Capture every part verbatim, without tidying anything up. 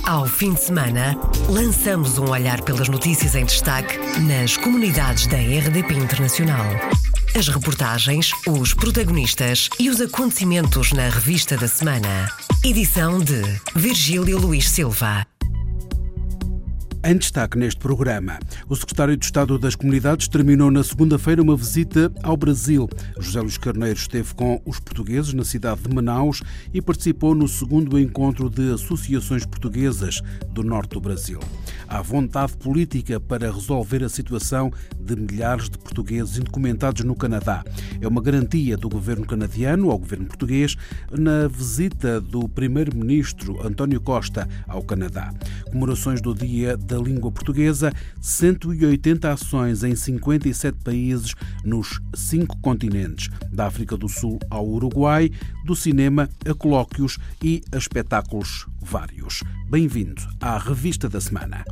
Ao fim de semana, lançamos um olhar pelas notícias em destaque nas comunidades da R D P Internacional. As reportagens, os protagonistas e os acontecimentos na revista da semana. Edição de Virgílio Luís Silva. Em destaque neste programa, o secretário de Estado das Comunidades terminou na segunda-feira uma visita ao Brasil. José Luís Carneiro esteve com os portugueses na cidade de Manaus e participou no segundo encontro de associações portuguesas do norte do Brasil. Há vontade política para resolver a situação de milhares de portugueses indocumentados no Canadá. É uma garantia do governo canadiano ao governo português na visita do primeiro-ministro António Costa ao Canadá. Comemorações do Dia da Língua Portuguesa, cento e oitenta ações em cinquenta e sete países nos cinco continentes, da África do Sul ao Uruguai, do cinema a colóquios e a espetáculos vários. Bem-vindo à Revista da Semana.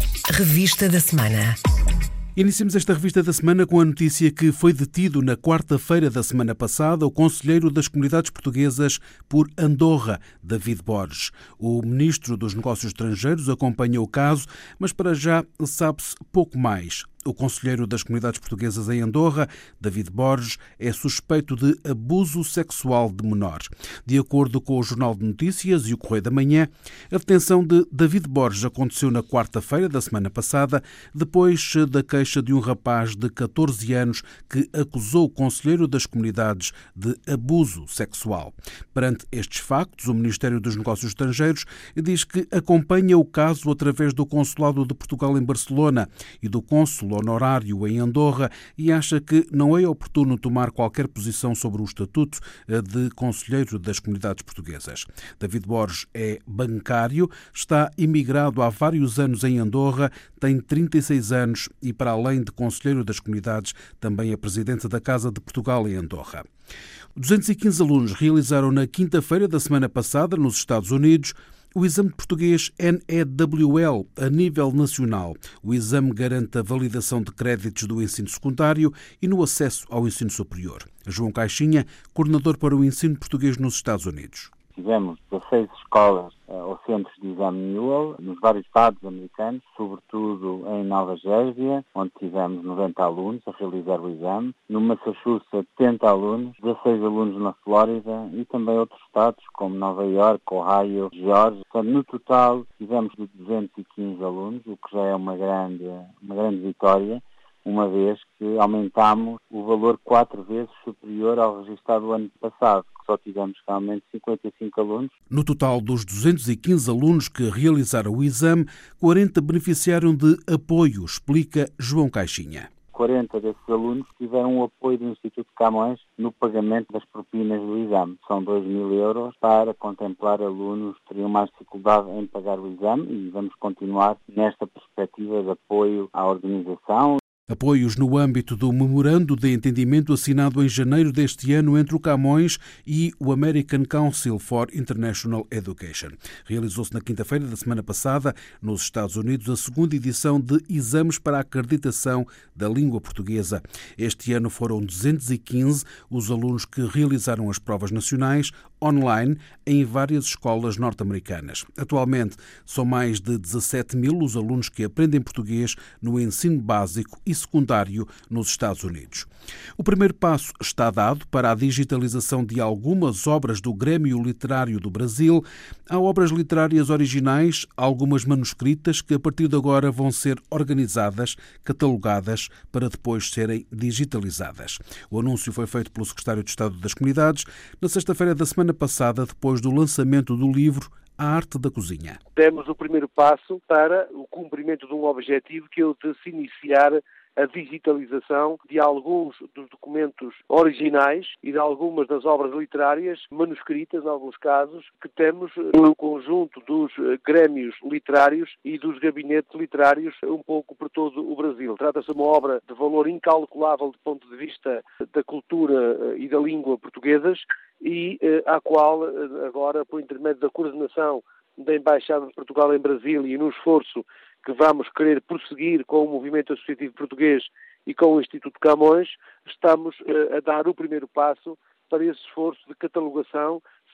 Revista da Semana. Iniciamos esta revista da semana com a notícia que foi detido na quarta-feira da semana passada o conselheiro das comunidades portuguesas por Andorra, David Borges. O ministro dos Negócios Estrangeiros acompanha o caso, mas para já sabe-se pouco mais. O conselheiro das comunidades portuguesas em Andorra, David Borges, é suspeito de abuso sexual de menores. De acordo com o Jornal de Notícias e o Correio da Manhã, a detenção de David Borges aconteceu na quarta-feira da semana passada, depois da queixa de um rapaz de catorze anos que acusou o conselheiro das comunidades de abuso sexual. Perante estes factos, o Ministério dos Negócios Estrangeiros diz que acompanha o caso através do Consulado de Portugal em Barcelona e do Cônsul honorário em Andorra e acha que não é oportuno tomar qualquer posição sobre o estatuto de conselheiro das comunidades portuguesas. David Borges é bancário, está imigrado há vários anos em Andorra, tem trinta e seis anos e, para além de conselheiro das comunidades, também é presidente da Casa de Portugal em Andorra. duzentos e quinze alunos realizaram na quinta-feira da semana passada, nos Estados Unidos, o exame de português N E W L a nível nacional. O exame garante a validação de créditos do ensino secundário e no acesso ao ensino superior. João Caixinha, coordenador para o ensino português nos Estados Unidos. Tivemos dezasseis escolas uh, ou centros de exame Newell nos vários estados americanos, sobretudo em Nova Jersey, onde tivemos noventa alunos a realizar o exame, no Massachusetts setenta alunos, dezasseis alunos na Flórida e também outros estados como Nova York, Ohio, Geórgia. No total tivemos de duzentos e quinze alunos, o que já é uma grande, uma grande vitória, uma vez que aumentamos o valor quatro vezes superior ao registrado o ano passado, que só tivemos realmente cinquenta e cinco alunos. No total dos duzentos e quinze alunos que realizaram o exame, quarenta beneficiaram de apoio, explica João Caixinha. quarenta desses alunos tiveram o apoio do Instituto Camões no pagamento das propinas do exame. São dois mil euros para contemplar alunos que teriam mais dificuldade em pagar o exame e vamos continuar nesta perspectiva de apoio à organização. Apoios no âmbito do memorando de entendimento assinado em janeiro deste ano entre o Camões e o American Council for International Education. Realizou-se na quinta-feira da semana passada, nos Estados Unidos, a segunda edição de exames para a acreditação da língua portuguesa. Este ano foram duzentos e quinze os alunos que realizaram as provas nacionais online em várias escolas norte-americanas. Atualmente, são mais de dezassete mil os alunos que aprendem português no ensino básico e secundário nos Estados Unidos. O primeiro passo está dado para a digitalização de algumas obras do Grêmio Literário do Brasil. Há obras literárias originais, algumas manuscritas, que a partir de agora vão ser organizadas, catalogadas, para depois serem digitalizadas. O anúncio foi feito pelo secretário de Estado das Comunidades na sexta-feira da semana passada, depois do lançamento do livro A Arte da Cozinha. Demos o primeiro passo para o cumprimento de um objetivo que é o de se iniciar a digitalização de alguns dos documentos originais e de algumas das obras literárias manuscritas, em alguns casos, que temos no conjunto dos grêmios literários e dos gabinetes literários um pouco por todo o Brasil. Trata-se de uma obra de valor incalculável do ponto de vista da cultura e da língua portuguesas e à qual agora, por intermédio da coordenação da Embaixada de Portugal em Brasília e no esforço que vamos querer prosseguir com o Movimento Associativo Português e com o Instituto Camões, estamos uh, a dar o primeiro passo para esse esforço de catalogação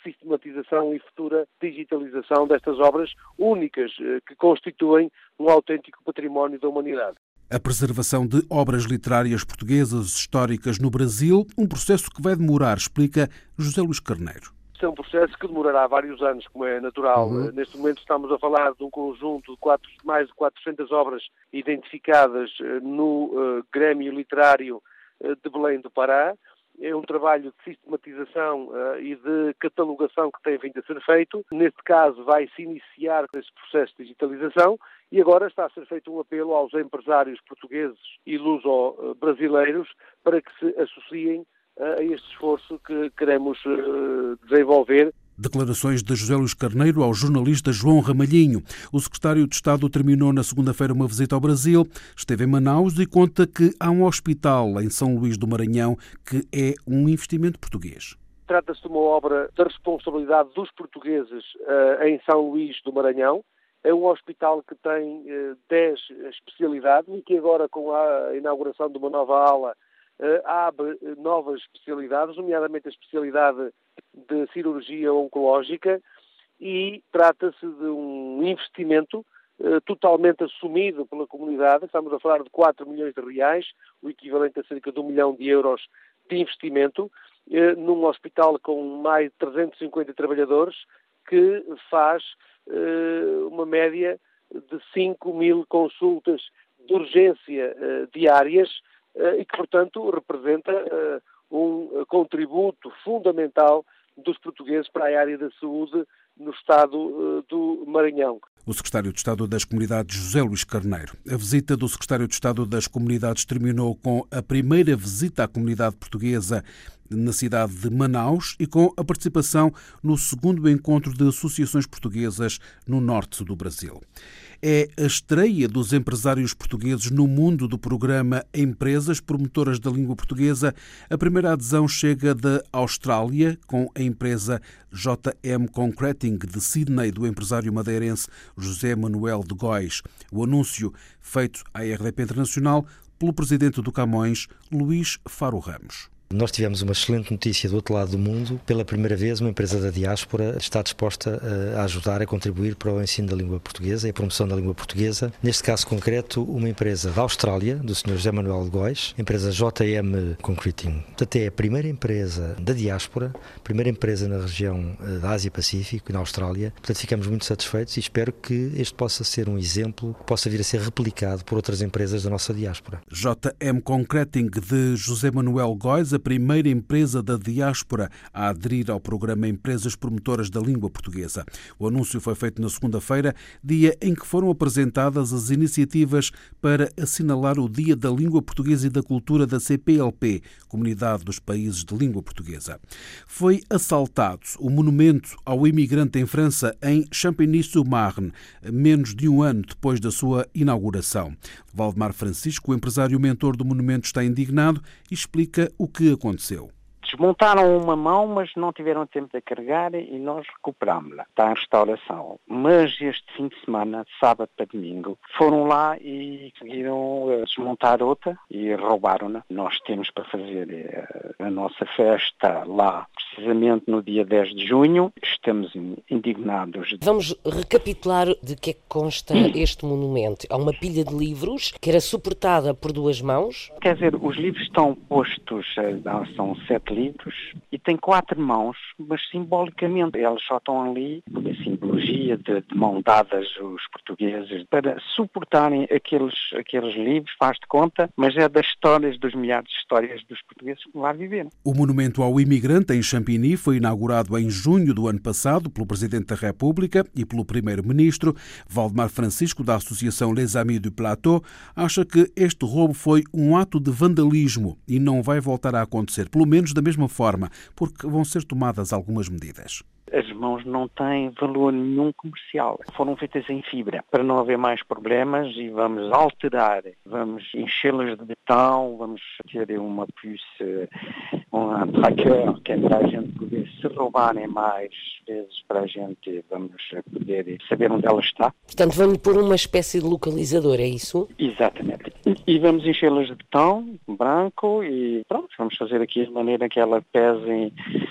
sistematização e futura digitalização destas obras únicas que constituem um autêntico património da humanidade. A preservação de obras literárias portuguesas históricas no Brasil, um processo que vai demorar, explica José Luís Carneiro. É um processo que demorará vários anos, como é natural. Uhum. Neste momento estamos a falar de um conjunto de quatro, mais de quatrocentas obras identificadas no uh, Grêmio Literário uh, de Belém do Pará. É um trabalho de sistematização uh, e de catalogação que tem vindo a ser feito. Neste caso vai-se iniciar esse processo de digitalização e agora está a ser feito um apelo aos empresários portugueses e luso-brasileiros para que se associem a este esforço que queremos uh, desenvolver. Declarações de José Luís Carneiro ao jornalista João Ramalhinho. O secretário de Estado terminou na segunda-feira uma visita ao Brasil, esteve em Manaus e conta que há um hospital em São Luís do Maranhão que é um investimento português. Trata-se de uma obra da responsabilidade dos portugueses uh, em São Luís do Maranhão. É um hospital que tem uh, dez especialidades e que agora, com a inauguração de uma nova ala, Uh, abre novas especialidades, nomeadamente a especialidade de cirurgia oncológica, e trata-se de um investimento uh, totalmente assumido pela comunidade. Estamos a falar de quatro milhões de reais, o equivalente a cerca de um milhão de euros de investimento, uh, num hospital com mais de trezentos e cinquenta trabalhadores, que faz uh, uma média de cinco mil consultas de urgência uh, diárias, e que, portanto, representa uh, um contributo fundamental dos portugueses para a área da saúde no estado uh, do Maranhão. O secretário de Estado das Comunidades, José Luís Carneiro. A visita do secretário de Estado das Comunidades terminou com a primeira visita à comunidade portuguesa na cidade de Manaus e com a participação no segundo encontro de associações portuguesas no norte do Brasil. É a estreia dos empresários portugueses no mundo do programa Empresas Promotoras da Língua Portuguesa. A primeira adesão chega da Austrália, com a empresa J M Concreting de Sydney, do empresário madeirense José Manuel de Góis. O anúncio feito à R D P Internacional pelo presidente do Camões, Luís Faro Ramos. Nós tivemos uma excelente notícia do outro lado do mundo. Pela primeira vez, uma empresa da diáspora está disposta a ajudar, a contribuir para o ensino da língua portuguesa e a promoção da língua portuguesa. Neste caso concreto, uma empresa da Austrália, do senhor José Manuel de Góis, a empresa J M Concreting. Portanto, é a primeira empresa da diáspora, a primeira empresa na região da Ásia-Pacífico e na Austrália. Portanto, ficamos muito satisfeitos e espero que este possa ser um exemplo que possa vir a ser replicado por outras empresas da nossa diáspora. J M Concreting de José Manuel Góis, a primeira empresa da diáspora a aderir ao programa Empresas Promotoras da Língua Portuguesa. O anúncio foi feito na segunda-feira, dia em que foram apresentadas as iniciativas para assinalar o Dia da Língua Portuguesa e da Cultura da C P L P, Comunidade dos Países de Língua Portuguesa. Foi assaltado o monumento ao imigrante em França, em Champigny-sur-Marne, menos de um ano depois da sua inauguração. Valdemar Francisco, o empresário mentor do monumento, está indignado e explica o que aconteceu. Desmontaram uma mão, mas não tiveram tempo de carregar e nós recuperámos-la. Está em restauração. Mas este fim de semana, de sábado para domingo, foram lá e conseguiram desmontar outra e roubaram-na. Nós temos para fazer a nossa festa lá, precisamente no dia dez de junho. Estamos indignados. Vamos recapitular de que é que consta este monumento. É uma pilha de livros que era suportada por duas mãos. Quer dizer, os livros estão postos, são sete livros, e tem quatro mãos, mas simbolicamente elas só estão ali, a simbologia de, de mão dadas os portugueses, para suportarem aqueles, aqueles livros, faz de conta, mas é das histórias, dos milhares de histórias dos portugueses que lá viveram. O monumento ao imigrante em Champigny foi inaugurado em junho do ano passado pelo Presidente da República e pelo Primeiro-Ministro. Valdemar Francisco, da Associação Les Amis du Plateau, acha que este roubo foi um ato de vandalismo e não vai voltar a acontecer, pelo menos da mesma forma, porque vão ser tomadas algumas medidas. As mãos não têm valor nenhum comercial. Foram feitas em fibra para não haver mais problemas e vamos alterar, vamos enchê-las de betão, vamos ter uma puce, um tracker, que é para a gente poder se roubarem mais vezes, para a gente vamos poder saber onde ela está. Portanto, vamos pôr uma espécie de localizador, é isso? Exatamente. E vamos enchê-las de betão branco e pronto, vamos fazer aqui de maneira que ela pese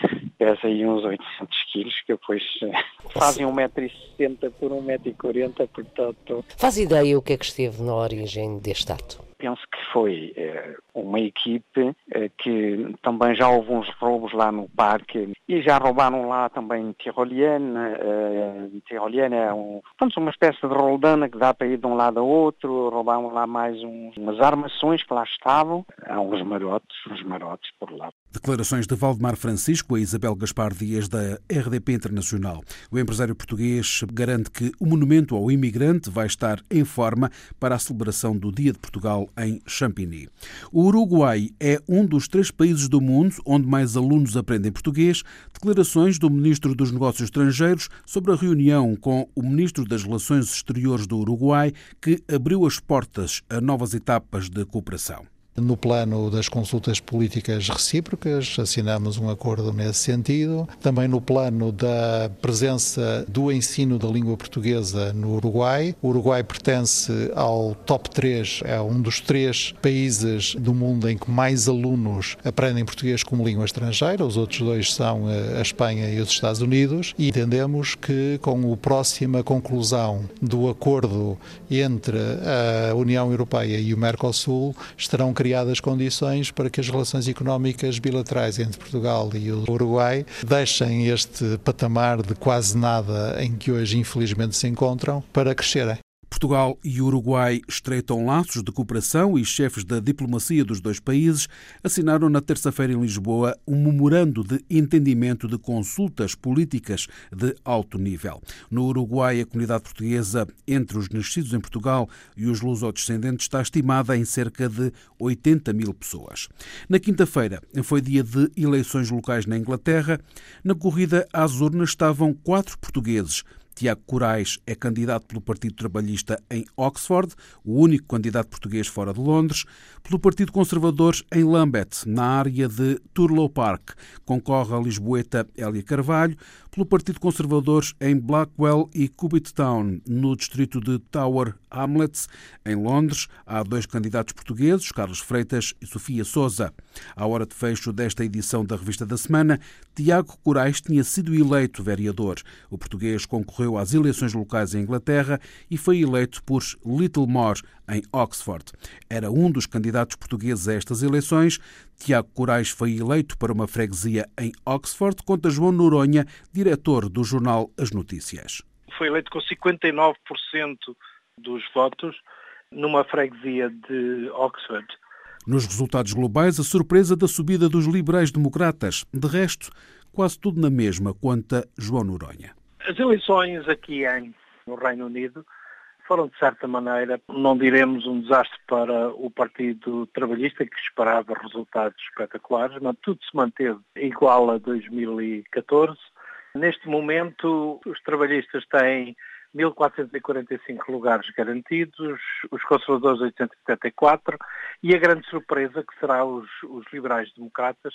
pesa aí uns oitocentos quilos, que depois fazem um metro e sessenta por um metro e quarenta, portanto... Faz ideia o que é que esteve na origem deste ato? Penso que foi eh, uma equipe eh, que também já houve uns roubos lá no parque e já roubaram lá também tiroliana. Eh, tiroliana é um, portanto, uma espécie de roldana que dá para ir de um lado a outro. Roubaram lá mais uns, umas armações que lá estavam. Há uns marotes, uns marotes por lá. Declarações de Valdemar Francisco a Isabel Gaspar Dias, da R D P Internacional. O empresário português garante que o monumento ao imigrante vai estar em forma para a celebração do Dia de Portugal em Champigny. O Uruguai é um dos três países do mundo onde mais alunos aprendem português. Declarações do Ministro dos Negócios Estrangeiros sobre a reunião com o Ministro das Relações Exteriores do Uruguai, que abriu as portas a novas etapas de cooperação. No plano das consultas políticas recíprocas, assinamos um acordo nesse sentido. Também no plano da presença do ensino da língua portuguesa no Uruguai. O Uruguai pertence ao top três, é um dos três países do mundo em que mais alunos aprendem português como língua estrangeira. Os outros dois são a Espanha e os Estados Unidos. E entendemos que com a próxima conclusão do acordo entre a União Europeia e o Mercosul estarão criadas condições para que as relações económicas bilaterais entre Portugal e o Uruguai deixem este patamar de quase nada em que hoje infelizmente se encontram para crescerem. Portugal e Uruguai estreitam laços de cooperação e chefes da diplomacia dos dois países assinaram na terça-feira em Lisboa um memorando de entendimento de consultas políticas de alto nível. No Uruguai, a comunidade portuguesa entre os nascidos em Portugal e os lusodescendentes está estimada em cerca de oitenta mil pessoas. Na quinta-feira foi dia de eleições locais na Inglaterra. Na corrida às urnas estavam quatro portugueses. Tiago Corais é candidato pelo Partido Trabalhista em Oxford, o único candidato português fora de Londres. Pelo Partido Conservador em Lambeth, na área de Turlough Park, concorre a lisboeta Hélia Carvalho. Pelo Partido Conservador em Blackwell e Cubitt Town, no distrito de Tower Hamlets, em Londres, há dois candidatos portugueses, Carlos Freitas e Sofia Sousa. À hora de fecho desta edição da Revista da Semana, Tiago Corais tinha sido eleito vereador. O português concorreu às eleições locais em Inglaterra e foi eleito por Littlemore, em Oxford. Era um dos candidatos portugueses a estas eleições. Tiago Corais foi eleito para uma freguesia em Oxford, conta João Noronha, diretor do jornal As Notícias. Foi eleito com cinquenta e nove por cento dos votos numa freguesia de Oxford. Nos resultados globais, a surpresa da subida dos liberais-democratas. De resto, quase tudo na mesma, conta João Noronha. As eleições aqui em, no Reino Unido foram, de certa maneira, não diremos um desastre para o Partido Trabalhista, que esperava resultados espetaculares, mas tudo se manteve igual a dois mil e catorze. Neste momento, os trabalhistas têm mil quatrocentos e quarenta e cinco lugares garantidos, os conservadores oitocentos e setenta e quatro, e a grande surpresa que será os, os liberais-democratas,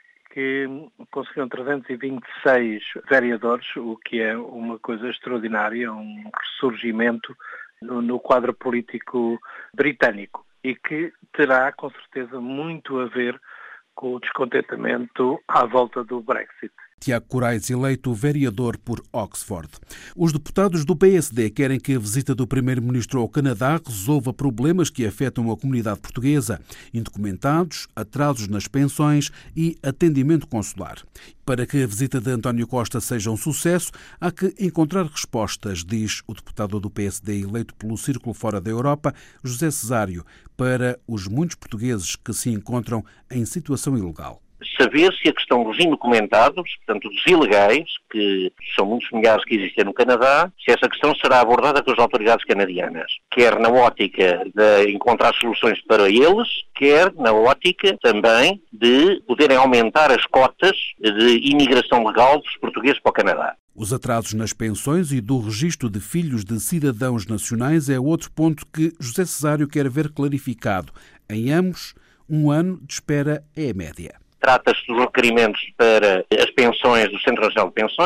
que conseguiram trezentos e vinte e seis vereadores, o que é uma coisa extraordinária, um ressurgimento no, no quadro político britânico e que terá, com certeza, muito a ver com o descontentamento à volta do Brexit. Tiago Corais, eleito vereador por Oxford. Os deputados do P S D querem que a visita do primeiro-ministro ao Canadá resolva problemas que afetam a comunidade portuguesa, indocumentados, atrasos nas pensões e atendimento consular. Para que a visita de António Costa seja um sucesso, há que encontrar respostas, diz o deputado do P S D eleito pelo Círculo Fora da Europa, José Cesário, para os muitos portugueses que se encontram em situação ilegal. Saber se a questão dos indocumentados, portanto dos ilegais, que são muitos milhares que existem no Canadá, se essa questão será abordada pelas autoridades canadianas, quer na ótica de encontrar soluções para eles, quer na ótica também de poderem aumentar as cotas de imigração legal dos portugueses para o Canadá. Os atrasos nas pensões e do registro de filhos de cidadãos nacionais é outro ponto que José Cesário quer ver clarificado. Em ambos, um ano de espera é a média. Trata-se dos requerimentos para as pensões do Centro Nacional de Pensões,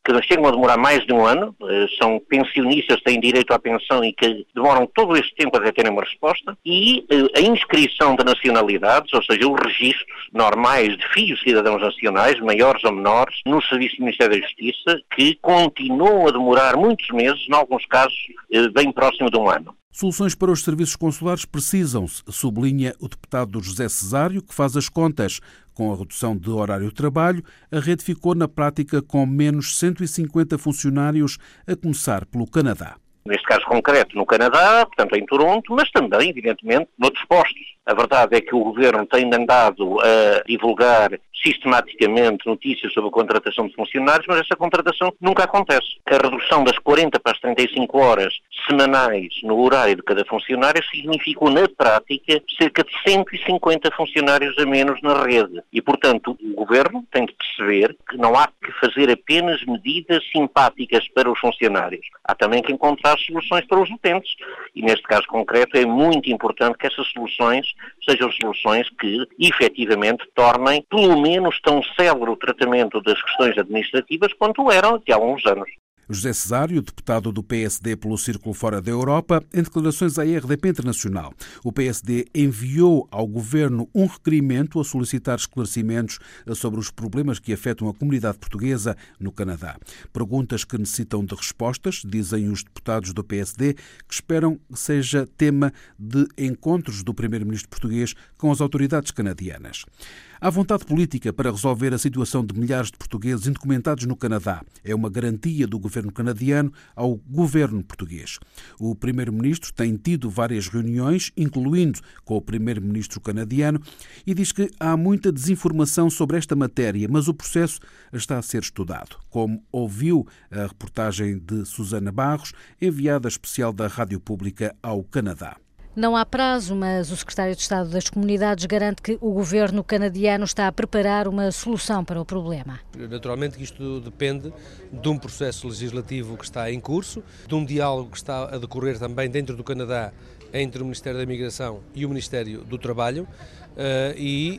que chegam a demorar mais de um ano, são pensionistas, têm direito à pensão e que demoram todo este tempo até terem uma resposta, e a inscrição de nacionalidades, ou seja, os registros normais de filhos cidadãos nacionais, maiores ou menores, no Serviço do Ministério da Justiça, que continuam a demorar muitos meses, em alguns casos, bem próximo de um ano. Soluções para os serviços consulares precisam-se, sublinha o deputado José Cesário, que faz as contas. Com a redução de horário de trabalho, a rede ficou na prática com menos cento e cinquenta funcionários, a começar pelo Canadá. Neste caso concreto, no Canadá, portanto em Toronto, mas também, evidentemente, noutros postos. A verdade é que o Governo tem andado a divulgar sistematicamente notícias sobre a contratação de funcionários, mas essa contratação nunca acontece. A redução das quarenta para as trinta e cinco horas semanais no horário de cada funcionário significou, na prática, cerca de cento e cinquenta funcionários a menos na rede. E, portanto, o Governo tem de perceber que não há que fazer apenas medidas simpáticas para os funcionários. Há também que encontrar soluções para os utentes. E, neste caso concreto, é muito importante que essas soluções sejam soluções que, efetivamente, tornem, pelo menos, tão célere o tratamento das questões administrativas quanto eram até há uns anos. José Cesário, deputado do P S D pelo Círculo Fora da Europa, em declarações à R D P Internacional. O P S D enviou ao Governo um requerimento a solicitar esclarecimentos sobre os problemas que afetam a comunidade portuguesa no Canadá. Perguntas que necessitam de respostas, dizem os deputados do P S D, que esperam que seja tema de encontros do primeiro-ministro português com as autoridades canadianas. Há vontade política para resolver a situação de milhares de portugueses indocumentados no Canadá. É uma garantia do governo canadiano ao governo português. O primeiro-ministro tem tido várias reuniões, incluindo com o primeiro-ministro canadiano, e diz que há muita desinformação sobre esta matéria, mas o processo está a ser estudado. Como ouviu a reportagem de Susana Barros, enviada especial da Rádio Pública ao Canadá. Não há prazo, mas o secretário de Estado das Comunidades garante que o governo canadiano está a preparar uma solução para o problema. Naturalmente que isto depende de um processo legislativo que está em curso, de um diálogo que está a decorrer também dentro do Canadá entre o Ministério da Imigração e o Ministério do Trabalho, e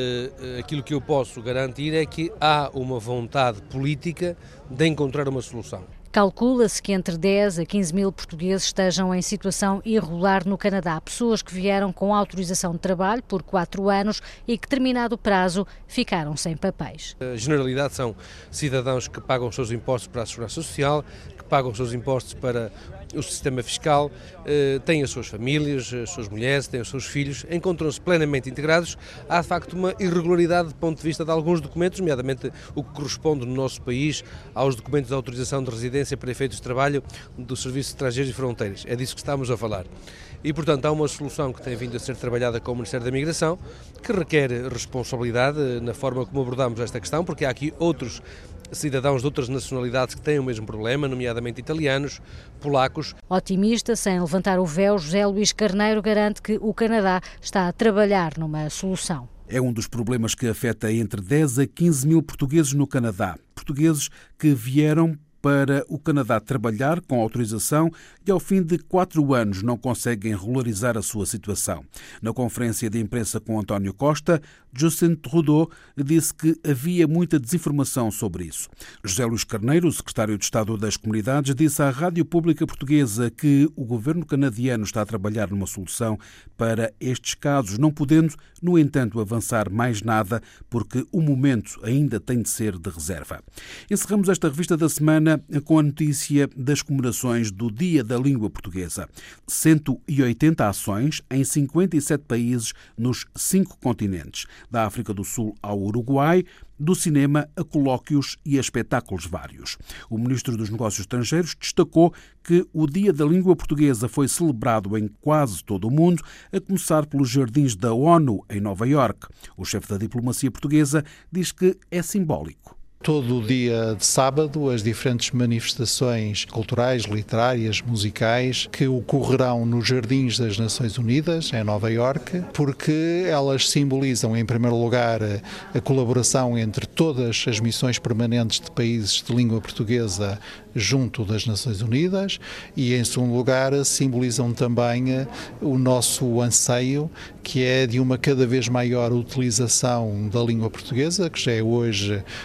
aquilo que eu posso garantir é que há uma vontade política de encontrar uma solução. Calcula-se que entre dez a quinze mil portugueses estejam em situação irregular no Canadá. Pessoas que vieram com autorização de trabalho por quatro anos e que, terminado o prazo, ficaram sem papéis. A generalidade são cidadãos que pagam os seus impostos para a Segurança Social, que pagam os seus impostos para o sistema fiscal, têm as suas famílias, as suas mulheres, têm os seus filhos, encontram-se plenamente integrados. Há, de facto, uma irregularidade do ponto de vista de alguns documentos, nomeadamente o que corresponde no nosso país aos documentos de autorização de residência para efeitos de trabalho do Serviço de Estrangeiros e Fronteiras. É disso que estamos a falar. E, portanto, há uma solução que tem vindo a ser trabalhada com o Ministério da Imigração, que requer responsabilidade na forma como abordamos esta questão, porque há aqui outros cidadãos de outras nacionalidades que têm o mesmo problema, nomeadamente italianos, polacos. Otimista, sem levantar o véu, José Luís Carneiro garante que o Canadá está a trabalhar numa solução. É um dos problemas que afeta entre dez a quinze mil portugueses no Canadá. Portugueses que vieram para o Canadá trabalhar com autorização e ao fim de quatro anos não conseguem regularizar a sua situação. Na conferência de imprensa com António Costa, Justin Trudeau disse que havia muita desinformação sobre isso. José Luís Carneiro, secretário de Estado das Comunidades, disse à Rádio Pública Portuguesa que o governo canadiano está a trabalhar numa solução para estes casos, não podendo, no entanto, avançar mais nada porque o momento ainda tem de ser de reserva. Encerramos esta revista da semana com a notícia das comemorações do Dia da Língua Portuguesa. cento e oitenta ações em cinquenta e sete países nos cinco continentes, da África do Sul ao Uruguai, do cinema a colóquios e a espetáculos vários. O Ministro dos Negócios Estrangeiros destacou que o Dia da Língua Portuguesa foi celebrado em quase todo o mundo, a começar pelos jardins da ONU em Nova Iorque. O chefe da diplomacia portuguesa diz que é simbólico. Todo o dia de sábado, as diferentes manifestações culturais, literárias, musicais que ocorrerão nos Jardins das Nações Unidas, em Nova Iorque, porque elas simbolizam, em primeiro lugar, a colaboração entre todas as missões permanentes de países de língua portuguesa junto das Nações Unidas e, em segundo lugar, simbolizam também o nosso anseio, que é de uma cada vez maior utilização da língua portuguesa, que já é hoje uma língua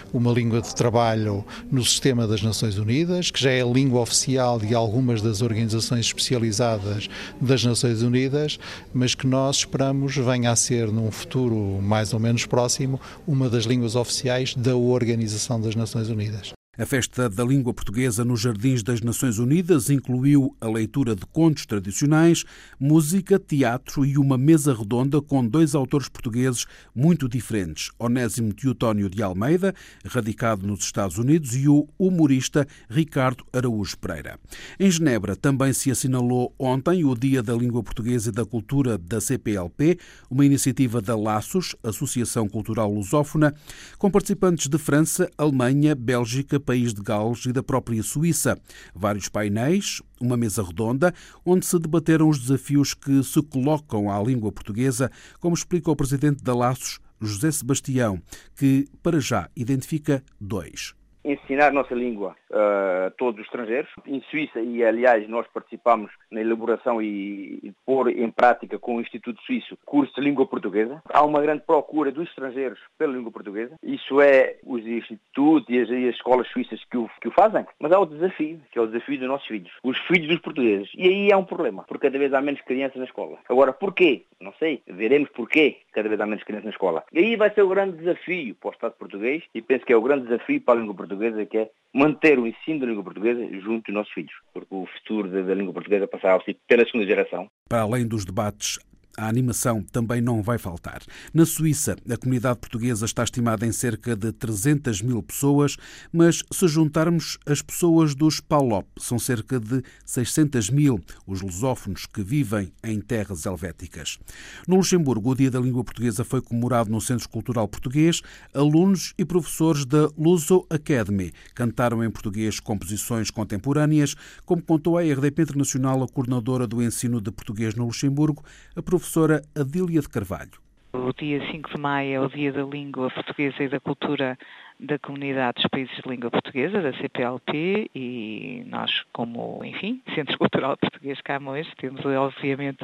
língua de trabalho no sistema das Nações Unidas, que já é a língua oficial de algumas das organizações especializadas das Nações Unidas, mas que nós esperamos venha a ser, num futuro mais ou menos próximo, uma das línguas oficiais da Organização das Nações Unidas. A Festa da Língua Portuguesa nos Jardins das Nações Unidas incluiu a leitura de contos tradicionais, música, teatro e uma mesa redonda com dois autores portugueses muito diferentes, Onésimo Teotónio de Almeida, radicado nos Estados Unidos, e o humorista Ricardo Araújo Pereira. Em Genebra também se assinalou ontem o Dia da Língua Portuguesa e da Cultura da C P L P, uma iniciativa da Laços, Associação Cultural Lusófona, com participantes de França, Alemanha, Bélgica, País de Gales e da própria Suíça. Vários painéis, uma mesa redonda, onde se debateram os desafios que se colocam à língua portuguesa, como explica o presidente da Laços, José Sebastião, que, para já, identifica dois. Ensinar a nossa língua uh, a todos os estrangeiros. Em Suíça, e aliás nós participamos na elaboração e, e pôr em prática com o Instituto Suíço curso de língua portuguesa. Há uma grande procura dos estrangeiros pela língua portuguesa. Isso é os institutos e as, e as escolas suíças que o, que o fazem. Mas há o desafio, que é o desafio dos nossos filhos. Os filhos dos portugueses. E aí há um problema, porque cada vez há menos crianças na escola. Agora, porquê? Não sei. Veremos porquê cada vez há menos crianças na escola. E aí vai ser o grande desafio para o Estado português, e penso que é o grande desafio para a língua portuguesa, que é manter o ensino da língua portuguesa junto dos nossos filhos, porque o futuro da, da língua portuguesa passará-se pela segunda geração. Para além dos debates, a animação também não vai faltar. Na Suíça, a comunidade portuguesa está estimada em cerca de trezentas mil pessoas, mas se juntarmos as pessoas dos PALOP, são cerca de seiscentas mil os lusófonos que vivem em terras helvéticas. No Luxemburgo, o Dia da Língua Portuguesa foi comemorado no Centro Cultural Português. Alunos e professores da Luso Academy cantaram em português composições contemporâneas, como contou à R D P Internacional a coordenadora do ensino de português no Luxemburgo, a professora Adília de Carvalho. O dia cinco de maio é o Dia da Língua Portuguesa e da Cultura da Comunidade dos Países de Língua Portuguesa, da C P L P, e nós, como, enfim, Centro Cultural Português Camões, temos, obviamente,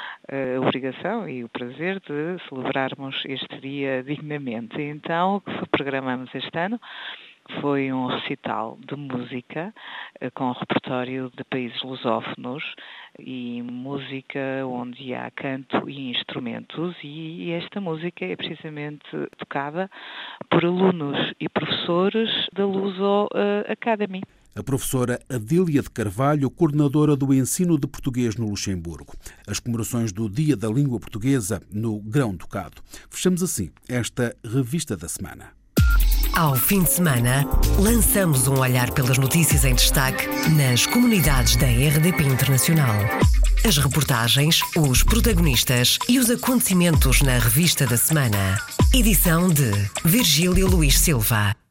a obrigação e o prazer de celebrarmos este dia dignamente. Então, o que programamos este ano foi um recital de música com repertório de países lusófonos e música onde há canto e instrumentos, e esta música é precisamente tocada por alunos e professores da Luso Academy. A professora Adília de Carvalho, coordenadora do ensino de português no Luxemburgo. As comemorações do Dia da Língua Portuguesa no Grão-Ducado. Fechamos assim esta revista da semana. Ao fim de semana, lançamos um olhar pelas notícias em destaque nas comunidades da R D P Internacional. As reportagens, os protagonistas e os acontecimentos na revista da semana. Edição de Virgílio Luís Silva.